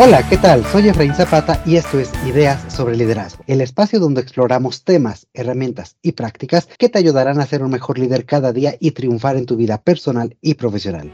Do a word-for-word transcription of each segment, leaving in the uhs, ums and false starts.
Hola, ¿qué tal? Soy Efraín Zapata y esto es Ideas sobre Liderazgo, el espacio donde exploramos temas, herramientas y prácticas que te ayudarán a ser un mejor líder cada día y triunfar en tu vida personal y profesional.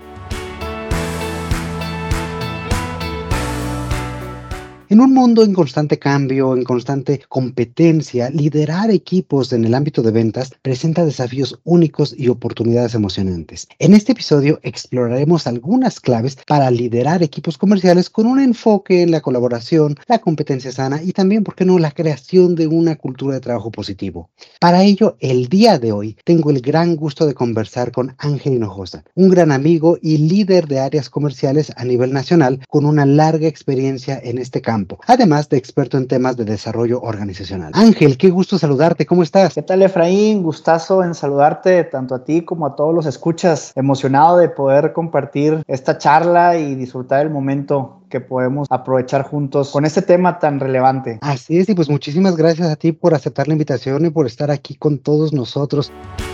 En un mundo en constante cambio, en constante competencia, liderar equipos en el ámbito de ventas presenta desafíos únicos y oportunidades emocionantes. En este episodio exploraremos algunas claves para liderar equipos comerciales con un enfoque en la colaboración, la competencia sana y también, ¿por qué no?, la creación de una cultura de trabajo positivo. Para ello, el día de hoy tengo el gran gusto de conversar con Ángel Hinojosa, un gran amigo y líder de áreas comerciales a nivel nacional con una larga experiencia en este campo, además de experto en temas de desarrollo organizacional. Ángel, qué gusto saludarte, ¿cómo estás? ¿Qué tal, Efraín? Gustazo en saludarte tanto a ti como a todos los escuchas. Emocionado de poder compartir esta charla y disfrutar el momento que podemos aprovechar juntos con este tema tan relevante. Así es, y pues muchísimas gracias a ti por aceptar la invitación y por estar aquí con todos nosotros.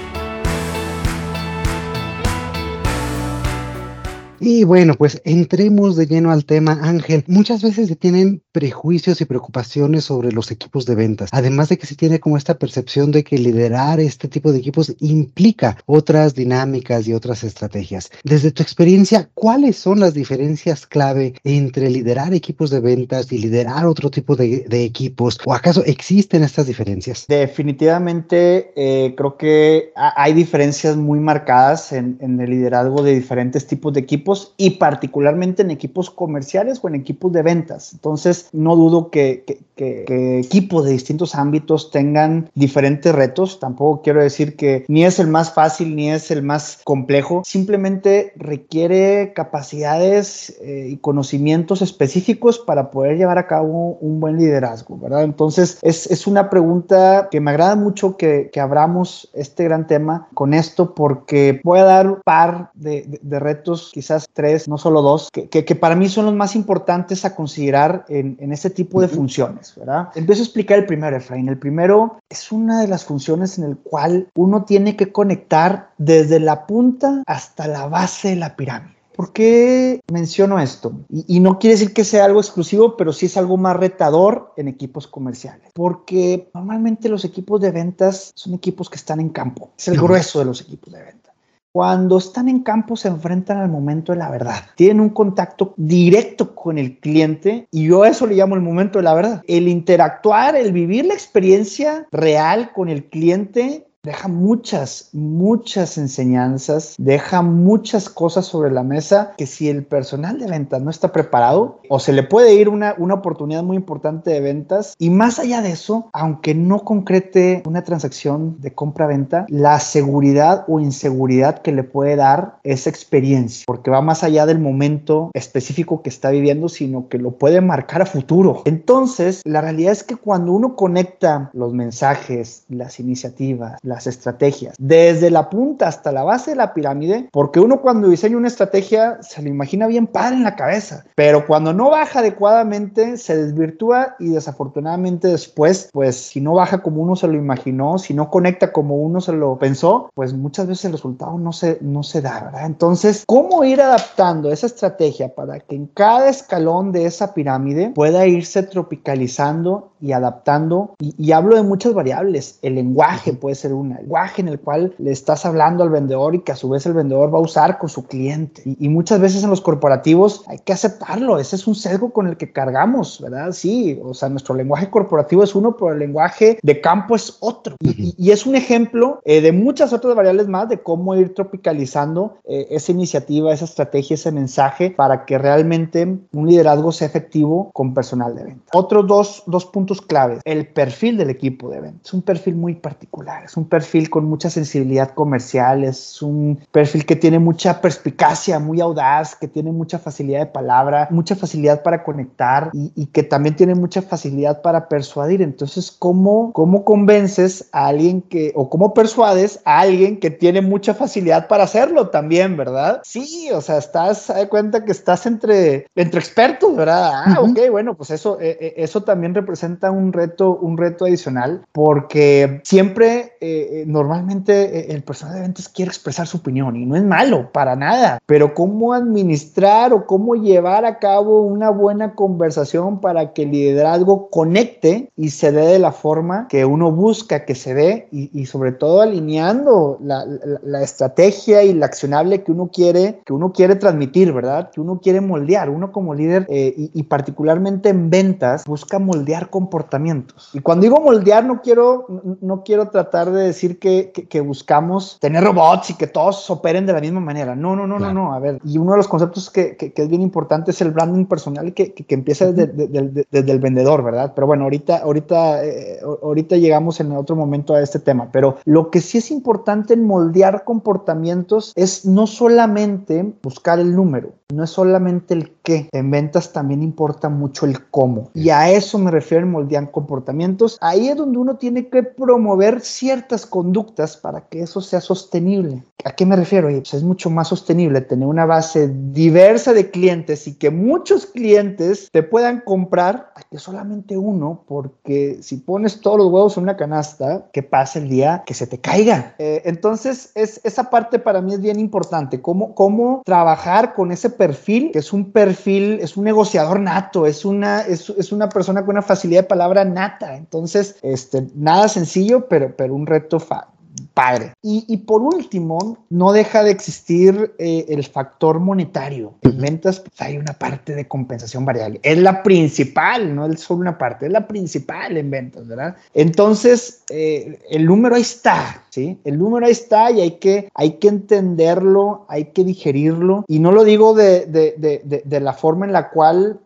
Y bueno, pues entremos de lleno al tema, Ángel. Muchas veces se tienen prejuicios y preocupaciones sobre los equipos de ventas, además de que se tiene como esta percepción de que liderar este tipo de equipos implica otras dinámicas y otras estrategias. Desde tu experiencia, ¿cuáles son las diferencias clave entre liderar equipos de ventas y liderar otro tipo de, de equipos? ¿O acaso existen estas diferencias? Definitivamente eh, creo que hay diferencias muy marcadas en, en el liderazgo de diferentes tipos de equipos y particularmente en equipos comerciales o en equipos de ventas. Entonces, no dudo que, que, que, que equipos de distintos ámbitos tengan diferentes retos. Tampoco quiero decir que ni es el más fácil ni es el más complejo. Simplemente requiere capacidades eh, y conocimientos específicos para poder llevar a cabo un buen liderazgo, ¿verdad? Entonces, es, es una pregunta que me agrada mucho que, que abramos este gran tema con esto, porque voy a dar un par de, de, de retos, quizás tres, no solo dos, que, que, que para mí son los más importantes a considerar en, en este tipo de funciones, ¿verdad? Empiezo a explicar el primero, Efraín. El primero es una de las funciones en el cual uno tiene que conectar desde la punta hasta la base de la pirámide. ¿Por qué menciono esto? Y, y no quiere decir que sea algo exclusivo, pero sí es algo más retador en equipos comerciales. Porque normalmente los equipos de ventas son equipos que están en campo. Es el grueso de los equipos de ventas. Cuando están en campo se enfrentan al momento de la verdad. Tienen un contacto directo con el cliente y yo a eso le llamo el momento de la verdad. El interactuar, el vivir la experiencia real con el cliente deja muchas, muchas enseñanzas, deja muchas cosas sobre la mesa que si el personal de ventas no está preparado, o se le puede ir una, una oportunidad muy importante de ventas. Y más allá de eso, aunque no concrete una transacción de compra-venta, la seguridad o inseguridad que le puede dar esa experiencia, porque va más allá del momento específico que está viviendo, sino que lo puede marcar a futuro. Entonces, la realidad es que cuando uno conecta los mensajes, las iniciativas, las las estrategias, desde la punta hasta la base de la pirámide, porque uno cuando diseña una estrategia se lo imagina bien padre en la cabeza, pero cuando no baja adecuadamente se desvirtúa y desafortunadamente después, pues si no baja como uno se lo imaginó, si no conecta como uno se lo pensó, pues muchas veces el resultado no se, no se da, ¿verdad? Entonces, ¿cómo ir adaptando esa estrategia para que en cada escalón de esa pirámide pueda irse tropicalizando y adaptando? Y, y hablo de muchas variables. El lenguaje puede ser un lenguaje en el cual le estás hablando al vendedor y que a su vez el vendedor va a usar con su cliente. Y, y muchas veces en los corporativos hay que aceptarlo. Ese es un sesgo con el que cargamos, ¿verdad? Sí, o sea, nuestro lenguaje corporativo es uno, pero el lenguaje de campo es otro. Y, y, y es un ejemplo eh, de muchas otras variables más de cómo ir tropicalizando eh, esa iniciativa, esa estrategia, ese mensaje para que realmente un liderazgo sea efectivo con personal de venta. Otros dos, dos puntos claves. El perfil del equipo de venta. Es un perfil muy particular. Es un perfil con mucha sensibilidad comercial, es un perfil que tiene mucha perspicacia, muy audaz, que tiene mucha facilidad de palabra, mucha facilidad para conectar y, y que también tiene mucha facilidad para persuadir. Entonces, ¿cómo, cómo convences a alguien que, o cómo persuades a alguien que tiene mucha facilidad para hacerlo también, ¿verdad? Sí, o sea, estás, haz de cuenta que estás entre, entre expertos, ¿verdad? Ah, uh-huh. Ok, bueno, pues eso, eh, eso también representa representa un reto, un reto adicional, porque siempre, eh, normalmente eh, el personal de ventas quiere expresar su opinión y no es malo, para nada, pero cómo administrar o cómo llevar a cabo una buena conversación para que el liderazgo conecte y se dé de la forma que uno busca que se dé y, y sobre todo alineando la, la, la estrategia y la accionable que uno quiere, que uno quiere transmitir, ¿verdad? Que uno quiere moldear. Uno como líder eh, y, y particularmente en ventas busca moldear comportamientos. Y cuando digo moldear no quiero, no, no quiero tratar de decir que, que, que buscamos tener robots y que todos operen de la misma manera. No, no, no, claro. no, no. A ver, y uno de los conceptos que, que, que es bien importante es el branding personal que, que, que empieza desde, uh-huh. desde, desde, desde el vendedor, ¿verdad? Pero bueno, ahorita, ahorita, eh, ahorita llegamos en otro momento a este tema. Pero lo que sí es importante en moldear comportamientos es no solamente buscar el número, no es solamente el qué. En ventas también importa mucho el cómo. Y a eso me refiero en moldear comportamientos. Ahí es donde uno tiene que promover ciertas conductas para que eso sea sostenible. ¿A qué me refiero? Oye, pues es mucho más sostenible tener una base diversa de clientes y que muchos clientes te puedan comprar a que solamente uno, porque si pones todos los huevos en una canasta, ¿qué pasa el día que se te caiga? Eh, entonces, es, esa parte para mí es bien importante. ¿Cómo, cómo trabajar con ese perfil, que es un perfil, es un negociador nato, es una, es, es una persona con una facilidad de palabra nata? Entonces, este, nada sencillo, pero, pero un reto fa- padre. Y, y por último, no deja de existir eh, el factor monetario. En ventas pues, hay una parte de compensación variable. Es la principal, no es solo una parte, es la principal en ventas, ¿verdad? Entonces, eh, el número ahí está, ¿sí? El número ahí está y hay que, hay que entenderlo, hay que digerirlo. Y no lo digo de, de, de, de, de la forma en la cual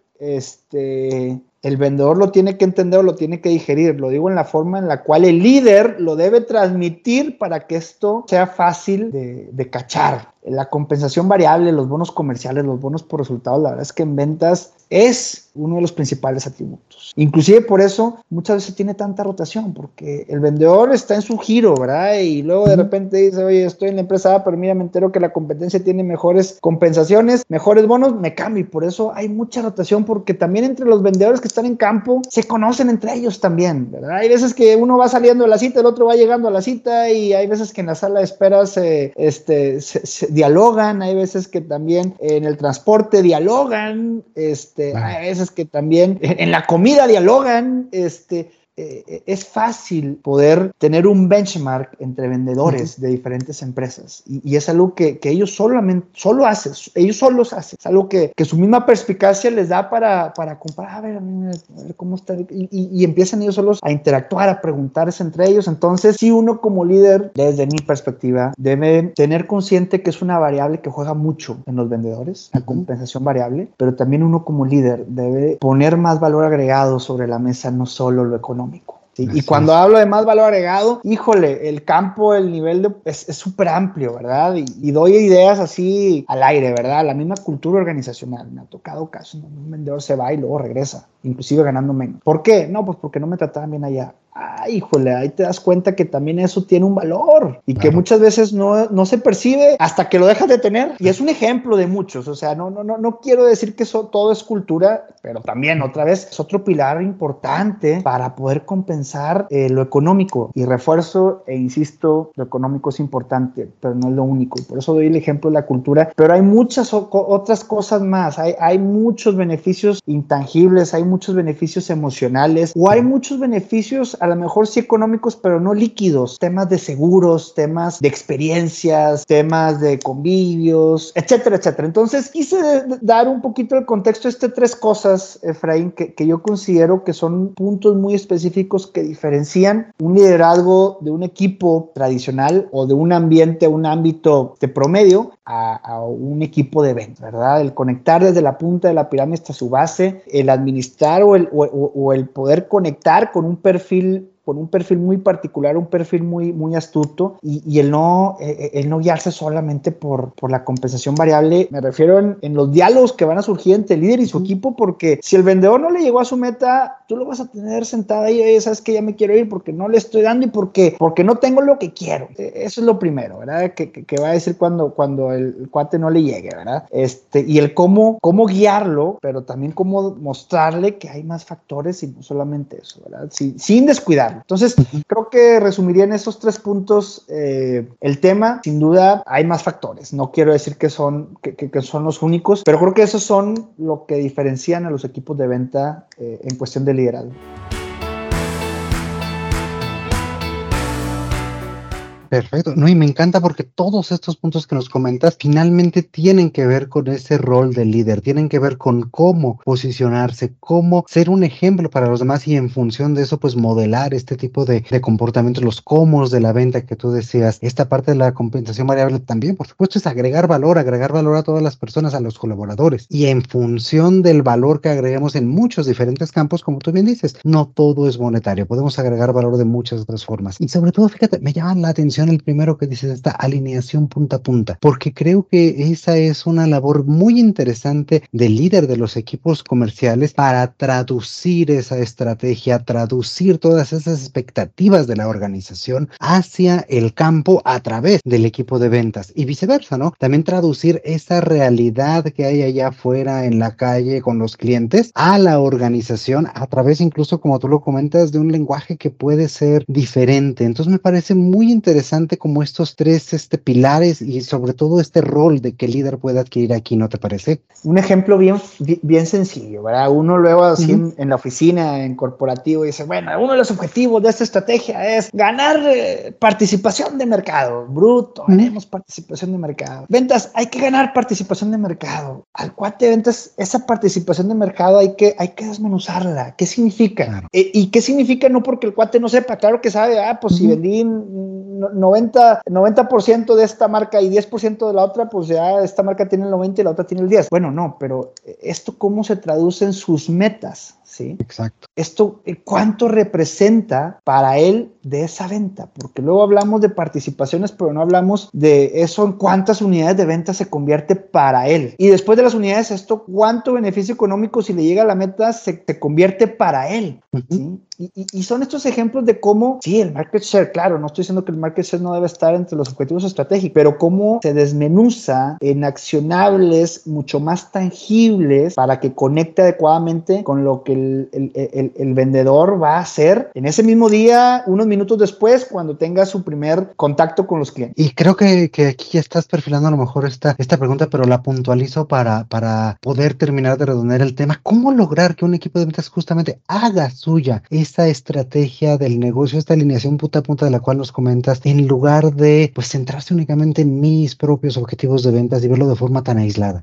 este... el vendedor lo tiene que entender o lo tiene que digerir. Lo digo en la forma en la cual el líder lo debe transmitir para que esto sea fácil de, de cachar. La compensación variable, los bonos comerciales, los bonos por resultados, la verdad es que en ventas es uno de los principales atributos. Inclusive por eso muchas veces tiene tanta rotación, porque el vendedor está en su giro, ¿verdad? Y luego de repente dice, oye, estoy en la empresa A, pero mira, me entero que la competencia tiene mejores compensaciones, mejores bonos, me cambio. Y por eso hay mucha rotación, porque también entre los vendedores que están en campo se conocen entre ellos también, ¿verdad? Hay veces que uno va saliendo de la cita, el otro va llegando a la cita, y hay veces que en la sala de espera se, este, se, se dialogan, hay veces que también en el transporte dialogan, este, bueno. Hay veces que también en la comida dialogan, este, eh, es fácil poder tener un benchmark entre vendedores uh-huh. de diferentes empresas y, y es algo que, que ellos solamente, solo hacen, ellos solos hacen, es algo que, que su misma perspicacia les da para, para comparar, a ver, a ver, a ver cómo está, y, y, y empiezan ellos solos a interactuar, a preguntarse entre ellos. Entonces, si uno como líder, desde mi perspectiva, debe tener consciente que es una variable que juega mucho en los vendedores, la uh-huh. compensación variable, pero también uno como líder debe poner más valor agregado sobre la mesa, no solo lo económico. ¿Sí? Y cuando es. hablo de más valor agregado, híjole, el campo, el nivel de, es súper amplio, ¿verdad? Y, y doy ideas así al aire, ¿verdad? La misma cultura organizacional. Me ha tocado casos, ¿no? Un vendedor se va y luego regresa, inclusive ganando menos. ¿Por qué? No, pues porque no me trataban bien allá. Ay, híjole, ahí te das cuenta que también eso tiene un valor y claro. que muchas veces no, no se percibe hasta que lo dejas de tener. Y es un ejemplo de muchos. O sea, no, no, no, no quiero decir que eso todo es cultura, pero también otra vez es otro pilar importante para poder compensar eh, lo económico. Y refuerzo e insisto, lo económico es importante, pero no es lo único. Por eso doy el ejemplo de la cultura. Pero hay muchas o- otras cosas más. Hay, hay muchos beneficios intangibles, hay muchos beneficios emocionales o hay muchos beneficios a lo mejor sí económicos, pero no líquidos, temas de seguros, temas de experiencias, temas de convivios, etcétera, etcétera. Entonces, quise dar un poquito el contexto de estas tres cosas, Efraín, que, que yo considero que son puntos muy específicos que diferencian un liderazgo de un equipo tradicional o de un ambiente, un ámbito de promedio a, a un equipo de ventas, ¿verdad? El conectar desde la punta de la pirámide hasta su base, el administrar o el, o, o el poder conectar con un perfil con un perfil muy particular, un perfil muy, muy astuto, y, y el, no, eh, el no guiarse solamente por, por la compensación variable. Me refiero en, en los diálogos que van a surgir entre el líder y su equipo, porque si el vendedor no le llegó a su meta, tú lo vas a tener sentado ahí, y sabes que ya me quiero ir porque no le estoy dando y porque, porque no tengo lo que quiero. Eso es lo primero, ¿verdad? Que, que, que va a decir cuando, cuando el, el cuate no le llegue, ¿verdad? Este, y el cómo, cómo guiarlo, pero también cómo mostrarle que hay más factores y no solamente eso, ¿verdad? Sin, sin descuidarlo. Entonces, creo que resumiría en esos tres puntos eh, el tema. Sin duda, hay más factores. No quiero decir que son, que, que, que son los únicos, pero creo que esos son lo que diferencian a los equipos de venta eh, en cuestión de liderazgo. Perfecto, no, y me encanta porque todos estos puntos que nos comentas finalmente tienen que ver con ese rol de líder, tienen que ver con cómo posicionarse, cómo ser un ejemplo para los demás y en función de eso pues modelar este tipo de, de comportamientos, los cómo de la venta que tú decías. Esta parte de la compensación variable también, por supuesto, es agregar valor, agregar valor a todas las personas, a los colaboradores, y en función del valor que agreguemos en muchos diferentes campos, como tú bien dices, no todo es monetario, podemos agregar valor de muchas otras formas. Y sobre todo, fíjate, me llama la atención el primero que dices, esta alineación punta a punta, porque creo que esa es una labor muy interesante del líder de los equipos comerciales para traducir esa estrategia, traducir todas esas expectativas de la organización hacia el campo a través del equipo de ventas y viceversa, ¿no? También traducir esa realidad que hay allá afuera en la calle con los clientes a la organización a través incluso, como tú lo comentas, de un lenguaje que puede ser diferente. Entonces me parece muy interesante como estos tres este, pilares y sobre todo este rol de que el líder puede adquirir aquí, ¿no te parece? Un ejemplo bien, bien sencillo, ¿verdad? Uno luego así uh-huh. en, en la oficina, en corporativo, dice, bueno, uno de los objetivos de esta estrategia es ganar eh, participación de mercado. Bruto, uh-huh. Haremos participación de mercado. Ventas, hay que ganar participación de mercado. Al cuate de ventas, esa participación de mercado hay que, hay que desmenuzarla. ¿Qué significa? Claro. Eh, ¿Y qué significa? No porque el cuate no sepa, claro que sabe, ah, pues uh-huh. si vendí noventa por ciento de esta marca y diez por ciento de la otra, pues ya esta marca tiene el noventa y la otra tiene el diez. Bueno, no, pero esto cómo se traduce en sus metas, ¿sí? Exacto. Esto, ¿cuánto representa para él de esa venta? Porque luego hablamos de participaciones, pero no hablamos de eso, en cuántas unidades de venta se convierte para él. Y después de las unidades, esto, ¿cuánto beneficio económico si le llega a la meta se, se convierte para él? Uh-huh. ¿Sí? Y, y, y son estos ejemplos de cómo, sí, el market share, claro, no estoy diciendo que el market share no debe estar entre los objetivos estratégicos, pero cómo se desmenuza en accionables mucho más tangibles para que conecte adecuadamente con lo que el, el, el, el vendedor va a hacer en ese mismo día, unos minutos después, cuando tenga su primer contacto con los clientes. Y creo que, que aquí ya estás perfilando a lo mejor esta, esta pregunta, pero la puntualizo para, para poder terminar de redondear el tema. ¿Cómo lograr que un equipo de ventas justamente haga suya esta estrategia del negocio, esta alineación punta a punta de la cual nos comentas, en lugar de pues centrarse únicamente en mis propios objetivos de ventas y verlo de forma tan aislada?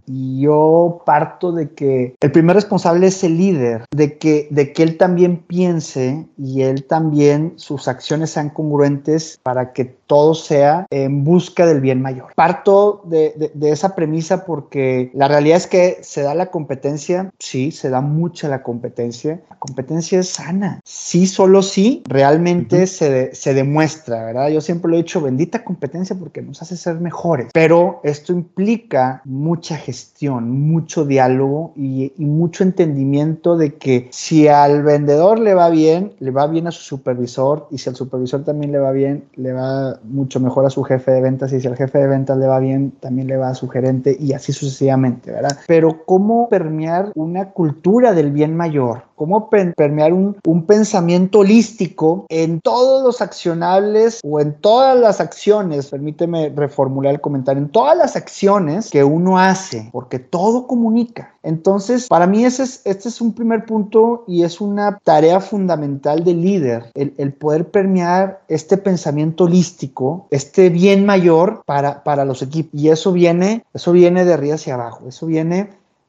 Yo parto de que el primer responsable es el líder, de que, de que él también piense y él también sus acciones sean congruentes para que todo sea en busca del bien mayor. Parto de, de, de esa premisa porque la realidad es que se da la competencia, sí, se da mucha la competencia. La competencia es sana. Sí, solo sí, realmente uh-huh. se, se demuestra, ¿verdad? Yo siempre lo he dicho, bendita competencia porque nos hace ser mejores. Pero esto implica mucha gestión, mucho diálogo y, y mucho entendimiento de que si al vendedor le va bien, le va bien a su supervisor, y si al supervisor también le va bien, le va mucho mejor a su jefe de ventas, y si al jefe de ventas le va bien, también le va a su gerente, y así sucesivamente, ¿verdad? Pero ¿cómo permear una cultura del bien mayor? ¿Cómo permear un, un pensamiento holístico en todos los accionables o en todas las acciones? Permíteme reformular el comentario. En todas las acciones que uno hace, porque todo comunica. Entonces, para mí ese es, este es un primer punto y es una tarea fundamental del líder, el, el poder permear este pensamiento holístico, este bien mayor para, para los equipos. Y eso viene, eso viene de arriba hacia abajo. Eso viene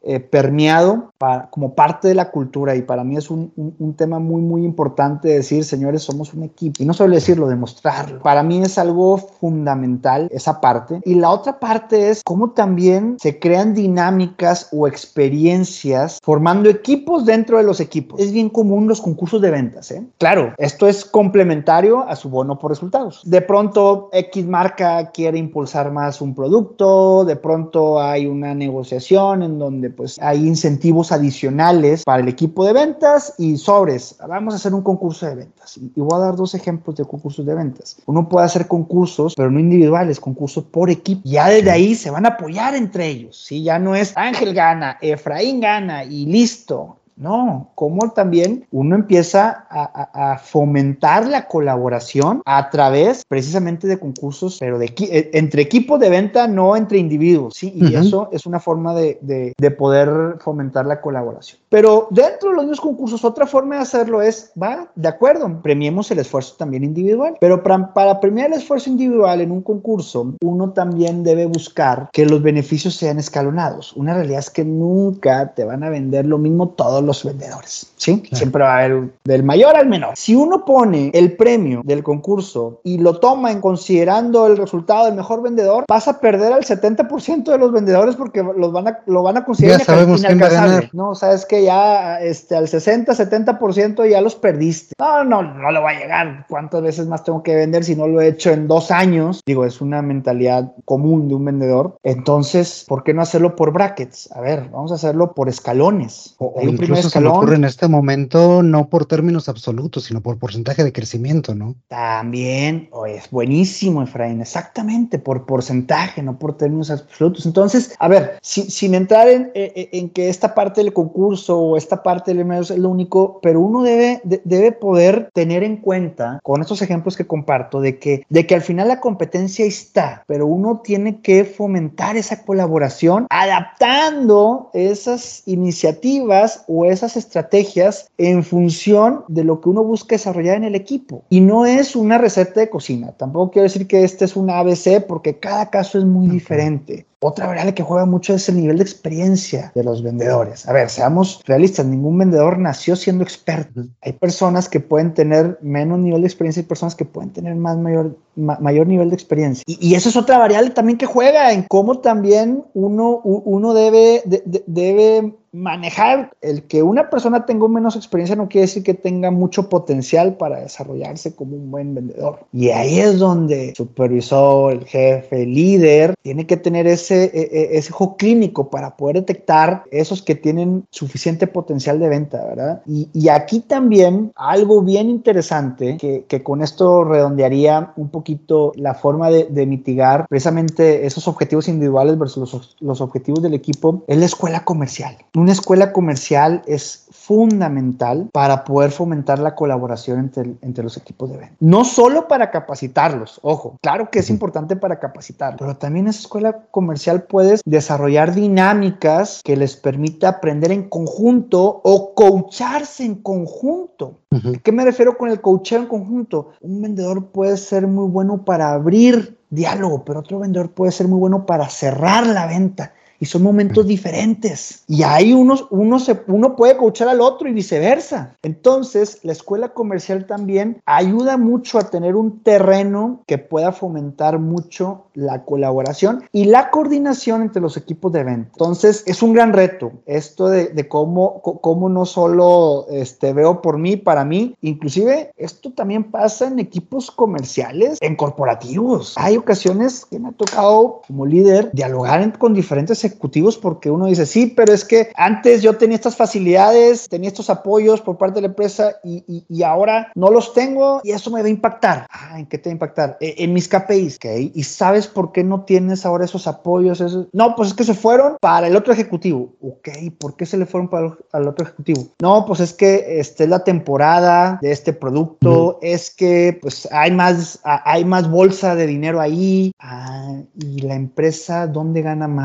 eh, permeado para, como parte de la cultura, y para mí es un, un, un tema muy, muy importante decir, señores, somos un equipo, y no solo decirlo, demostrarlo. Para mí es algo fundamental esa parte, y la otra parte es cómo también se crean dinámicas o experiencias formando equipos dentro de los equipos. Es bien común los concursos de ventas, ¿eh? Claro, esto es complementario a su bono por resultados. De pronto X marca quiere impulsar más un producto, de pronto hay una negociación en donde pues hay incentivos adicionales para el equipo de ventas y sobres, vamos a hacer un concurso de ventas. Y voy a dar dos ejemplos de concursos de ventas. Uno puede hacer concursos, pero no individuales, concursos por equipo. Ya desde ahí se van a apoyar entre ellos, ¿sí? Ya no es Ángel gana, Efraín gana y listo. No, como también uno empieza a, a, a fomentar la colaboración a través precisamente de concursos, pero de equi- entre equipos de venta, no entre individuos, ¿sí? Y uh-huh. Eso es una forma de, de, de poder fomentar la colaboración. Pero dentro de los mismos concursos, otra forma de hacerlo es, va, de acuerdo, premiemos el esfuerzo también individual, pero para, para premiar el esfuerzo individual en un concurso, uno también debe buscar que los beneficios sean escalonados. Una realidad es que nunca te van a vender lo mismo todos los vendedores, ¿sí? Claro. Siempre va a haber del mayor al menor. Si uno pone el premio del concurso y lo toma en considerando el resultado del mejor vendedor, vas a perder al setenta por ciento de los vendedores porque los van a, lo van a considerar ya sabemos quién va a ganar. No, sabes que ya este, al sesenta, setenta por ciento ya los perdiste. No, no, no le va a llegar. ¿Cuántas veces más tengo que vender si no lo he hecho en dos años? Digo, es una mentalidad común de un vendedor. Entonces, ¿por qué no hacerlo por brackets? A ver, vamos a hacerlo por escalones. O, o incluso se me ocurre en este momento no por términos absolutos, sino por porcentaje de crecimiento, ¿no? También, oh, es buenísimo, Efraín, exactamente, por porcentaje, no por términos absolutos. Entonces, a ver, si, sin entrar en, en, en que esta parte del concurso o esta parte del email es lo único, pero uno debe, de, debe poder tener en cuenta, con estos ejemplos que comparto, de que, de que al final la competencia está, pero uno tiene que fomentar esa colaboración adaptando esas iniciativas o esas estrategias en función de lo que uno busca desarrollar en el equipo. Y no es una receta de cocina. Tampoco quiero decir que este es un A B C porque cada caso es muy diferente. Otra variable que juega mucho es el nivel de experiencia de los vendedores. A ver, seamos realistas, ningún vendedor nació siendo experto. Hay personas que pueden tener menos nivel de experiencia y personas que pueden tener más mayor, ma, mayor nivel de experiencia. Y, y eso es otra variable también que juega en cómo también uno, uno debe, de, de, debe manejar. El que una persona tenga menos experiencia no quiere decir que tenga mucho potencial para desarrollarse como un buen vendedor. Y ahí es donde el supervisor, el jefe, el líder, tiene que tener ese, ese ojo clínico para poder detectar esos que tienen suficiente potencial de venta, ¿verdad? Y, y aquí también algo bien interesante que, que con esto redondearía un poquito la forma de, de mitigar precisamente esos objetivos individuales versus los, los objetivos del equipo es la escuela comercial. Una escuela comercial es fundamental para poder fomentar la colaboración entre, entre los equipos de venta. No solo para capacitarlos, ojo, claro que es importante para capacitar, pero también esa escuela comercial puedes desarrollar dinámicas que les permita aprender en conjunto o coacharse en conjunto. Uh-huh. ¿A qué me refiero con el coacheo en conjunto? Un vendedor puede ser muy bueno para abrir diálogo, pero otro vendedor puede ser muy bueno para cerrar la venta. Y son momentos diferentes. Y ahí uno, uno, se, uno puede coachar al otro y viceversa. Entonces, la escuela comercial también ayuda mucho a tener un terreno que pueda fomentar mucho la colaboración y la coordinación entre los equipos de venta. Entonces, es un gran reto esto de, de cómo, cómo no solo este, veo por mí, para mí. Inclusive, esto también pasa en equipos comerciales, en corporativos. Hay ocasiones que me ha tocado como líder dialogar en, con diferentes ejecutivos porque uno dice, sí, pero es que antes yo tenía estas facilidades, tenía estos apoyos por parte de la empresa y, y, y ahora no los tengo y eso me va a impactar. Ah, ¿en qué te va a impactar? Eh, en mis K P Is, ¿ok? ¿Y sabes por qué no tienes ahora esos apoyos? Esos? No, pues es que se fueron para el otro ejecutivo. Ok, ¿por qué se le fueron para el, al otro ejecutivo? No, pues es que esta es la temporada de este producto, mm. es que pues hay más, hay más bolsa de dinero ahí. Ah, y la empresa, ¿dónde gana más? No, pues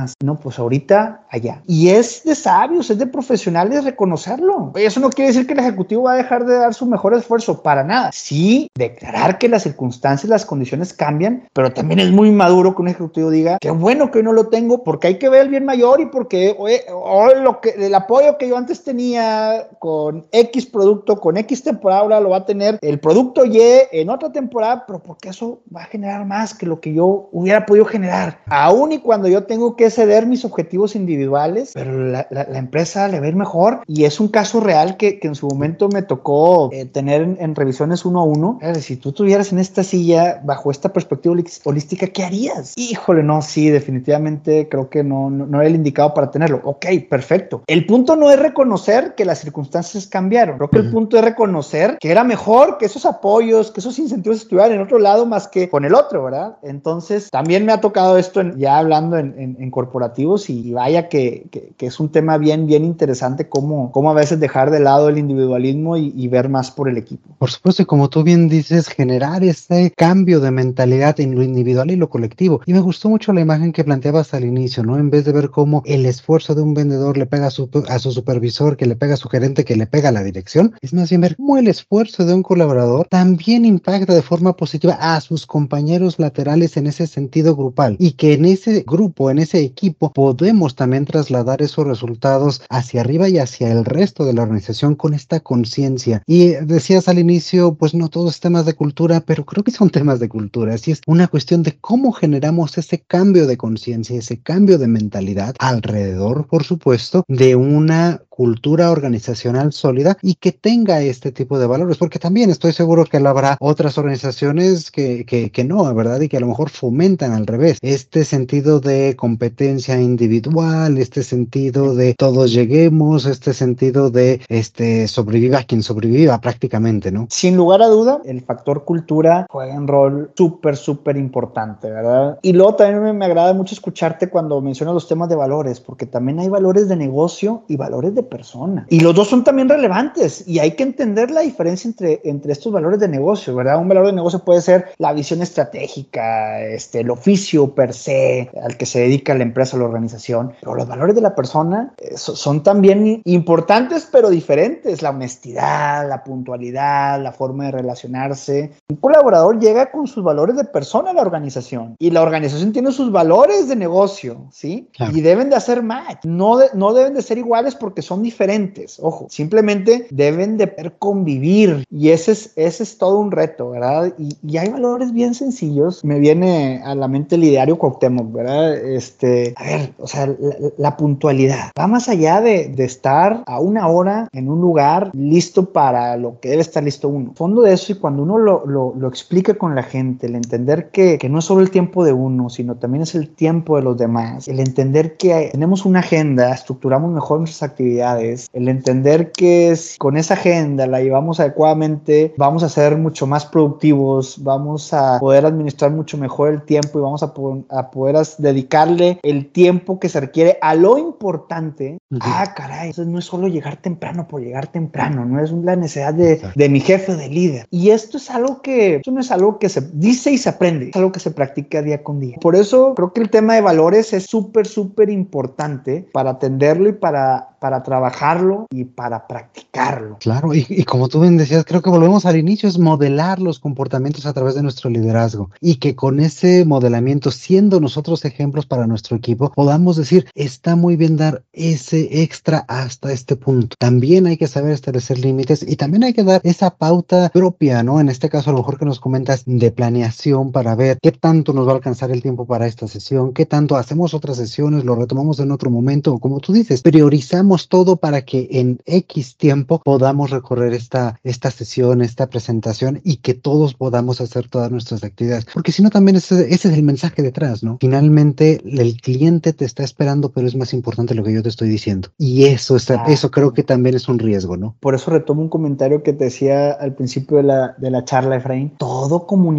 pues ahorita allá. Y es de sabios, es de profesionales reconocerlo. Eso no quiere decir que el ejecutivo va a dejar de dar su mejor esfuerzo, para nada. Sí, declarar que las circunstancias, las condiciones cambian, pero también es muy maduro que un ejecutivo diga, qué bueno que hoy no lo tengo, porque hay que ver el bien mayor y porque hoy, hoy lo que, el apoyo que yo antes tenía con X producto, con X temporada, ahora lo va a tener el producto Y en otra temporada, pero porque eso va a generar más que lo que yo hubiera podido generar. Aún y cuando yo tengo que ceder mis objetivos individuales, pero la, la, la empresa le va a ir mejor. Y es un caso real que, que en su momento me tocó eh, tener en, en revisiones uno a uno. Es decir, si tú estuvieras en esta silla bajo esta perspectiva holística, ¿qué harías? Híjole, no, sí, definitivamente creo que no, no, no era el indicado para tenerlo. Ok, perfecto. El punto no es reconocer que las circunstancias cambiaron. Creo que el punto es reconocer que era mejor que esos apoyos, que esos incentivos estuvieran en otro lado más que con el otro, ¿verdad? Entonces, también me ha tocado esto en, ya hablando en, en, en corporativos y vaya que, que, que es un tema bien, bien interesante cómo, cómo a veces dejar de lado el individualismo y, y ver más por el equipo. Por supuesto, y como tú bien dices, generar este cambio de mentalidad en lo individual y lo colectivo. Y me gustó mucho la imagen que planteabas al inicio, ¿no? En vez de ver cómo el esfuerzo de un vendedor le pega a su, a su supervisor, que le pega a su gerente, que le pega a la dirección, es más bien ver cómo el esfuerzo de un colaborador también impacta de forma positiva a sus compañeros laterales en ese sentido grupal, y que en ese grupo, en ese equipo, podemos también trasladar esos resultados hacia arriba y hacia el resto de la organización con esta conciencia. Y decías al inicio, pues no todos temas de cultura, pero creo que son temas de cultura. Así es una cuestión de cómo generamos ese cambio de conciencia, ese cambio de mentalidad alrededor, por supuesto, de una cultura organizacional sólida y que tenga este tipo de valores, porque también estoy seguro que habrá otras organizaciones que, que, que no, ¿verdad? Y que a lo mejor fomentan al revés este sentido de competencia individual, este sentido de todos lleguemos, este sentido de este sobreviva quien sobreviva prácticamente, ¿no? Sin lugar a duda, el factor cultura juega un rol súper, súper importante, ¿verdad? Y luego también me, me agrada mucho escucharte cuando mencionas los temas de valores, porque también hay valores de negocio y valores de persona. Y los dos son también relevantes y hay que entender la diferencia entre, entre estos valores de negocio, ¿verdad? Un valor de negocio puede ser la visión estratégica, este, el oficio per se, al que se dedica la empresa o la organización, pero los valores de la persona eh, son también importantes, pero diferentes. La honestidad, la puntualidad, la forma de relacionarse. Un colaborador llega con sus valores de persona a la organización y la organización tiene sus valores de negocio, ¿sí? Claro. Y deben de hacer match. No, de, no deben de ser iguales porque son diferentes, ojo, simplemente deben de poder convivir y ese es, ese es todo un reto, ¿verdad? Y, y hay valores bien sencillos, me viene a la mente el ideario Cuauhtémoc, ¿verdad? Este, a ver, o sea, la, la puntualidad va más allá de, de estar a una hora en un lugar listo para lo que debe estar listo uno. Fondo de eso, y cuando uno lo, lo, lo explica con la gente, el entender que, que no es solo el tiempo de uno, sino también es el tiempo de los demás, el entender que tenemos una agenda, estructuramos mejor nuestras actividades, el entender que si con esa agenda la llevamos adecuadamente, vamos a ser mucho más productivos, vamos a poder administrar mucho mejor el tiempo y vamos a, po- a poder as- dedicarle el tiempo que se requiere a lo importante. Uh-huh. Ah, caray, entonces no es solo llegar temprano por llegar temprano, no es la necesidad de, de mi jefe, de líder. Y esto es algo que, esto no es algo que se dice y se aprende, es algo que se practica día con día. Por eso creo que el tema de valores es súper, súper importante para atenderlo y para para trabajarlo y para practicarlo. Claro, y, y como tú bien decías, creo que volvemos al inicio, es modelar los comportamientos a través de nuestro liderazgo y que con ese modelamiento, siendo nosotros ejemplos para nuestro equipo, podamos decir, está muy bien dar ese extra hasta este punto. También hay que saber establecer límites y también hay que dar esa pauta propia, ¿no? En este caso, a lo mejor que nos comentas de planeación para ver qué tanto nos va a alcanzar el tiempo para esta sesión, qué tanto hacemos otras sesiones, lo retomamos en otro momento, o como tú dices, priorizamos todo para que en X tiempo podamos recorrer esta, esta sesión, esta presentación y que todos podamos hacer todas nuestras actividades. Porque si no, también ese, ese es el mensaje detrás, ¿no? Finalmente, el cliente te está esperando, pero es más importante lo que yo te estoy diciendo. Y eso, es, ah, eso creo que también es un riesgo, ¿no? Por eso retomo un comentario que te decía al principio de la, de la charla, Efraín. Todo comunica.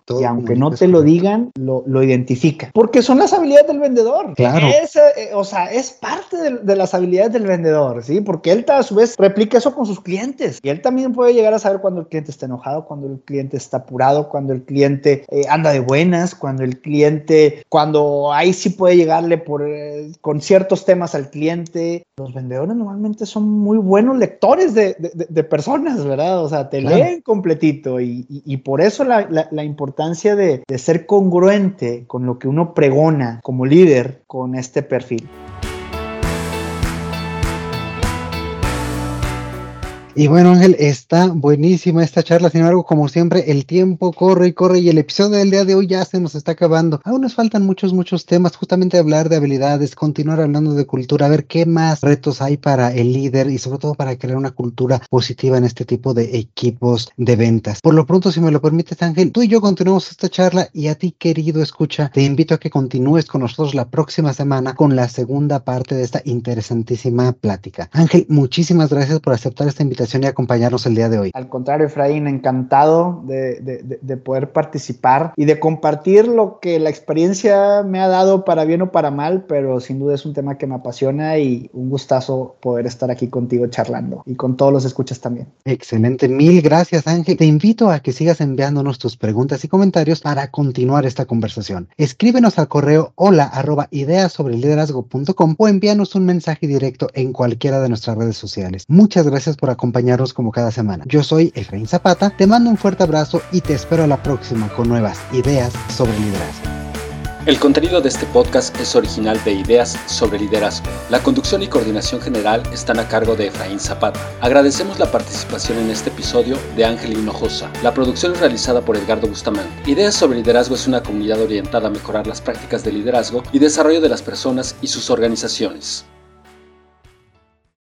Todo y aunque no te es lo digan, lo, lo identifica. Porque son las habilidades del vendedor. Claro. Es, eh, o sea, es parte de, de las habilidades del vendedor, ¿sí? Porque él a su vez replica eso con sus clientes. Y él también puede llegar a saber cuando el cliente está enojado, cuando el cliente está apurado, cuando el cliente eh, anda de buenas, cuando el cliente, cuando ahí sí puede llegarle por, eh, con ciertos temas al cliente. Los vendedores normalmente son muy buenos lectores de, de, de personas, ¿verdad? O sea, te Claro. leen completito y, y, y por eso la, la, la importancia de, de ser congruente con lo que uno pregona como líder con este perfil. Y bueno, Ángel, está buenísima esta charla. Sin embargo, como siempre, el tiempo corre y corre y el episodio del día de hoy ya se nos está acabando. Aún nos faltan muchos, muchos temas, justamente hablar de habilidades, continuar hablando de cultura, a ver qué más retos hay para el líder y sobre todo para crear una cultura positiva en este tipo de equipos de ventas. Por lo pronto, si me lo permites, Ángel, tú y yo continuamos esta charla y a ti, querido escucha, te invito a que continúes con nosotros la próxima semana con la segunda parte de esta interesantísima plática. Ángel, muchísimas gracias por aceptar esta invitación y acompañarnos el día de hoy. Al contrario, Efraín, encantado de, de, de, de poder participar y de compartir lo que la experiencia me ha dado para bien o para mal, pero sin duda es un tema que me apasiona y un gustazo poder estar aquí contigo charlando y con todos los escuchas también. Excelente, mil gracias, Ángel. Te invito a que sigas enviándonos tus preguntas y comentarios para continuar esta conversación. Escríbenos al correo hola arroba ideas sobre liderazgo punto com o envíanos un mensaje directo en cualquiera de nuestras redes sociales. Muchas gracias por acompañarnos como cada semana. Yo soy Efraín Zapata, te mando un fuerte abrazo y te espero a la próxima con nuevas ideas sobre liderazgo. El contenido de este podcast es original de Ideas sobre Liderazgo. La conducción y coordinación general están a cargo de Efraín Zapata. Agradecemos la participación en este episodio de Ángel Hinojosa. La producción es realizada por Edgardo Bustamante. Ideas sobre Liderazgo es una comunidad orientada a mejorar las prácticas de liderazgo y desarrollo de las personas y sus organizaciones.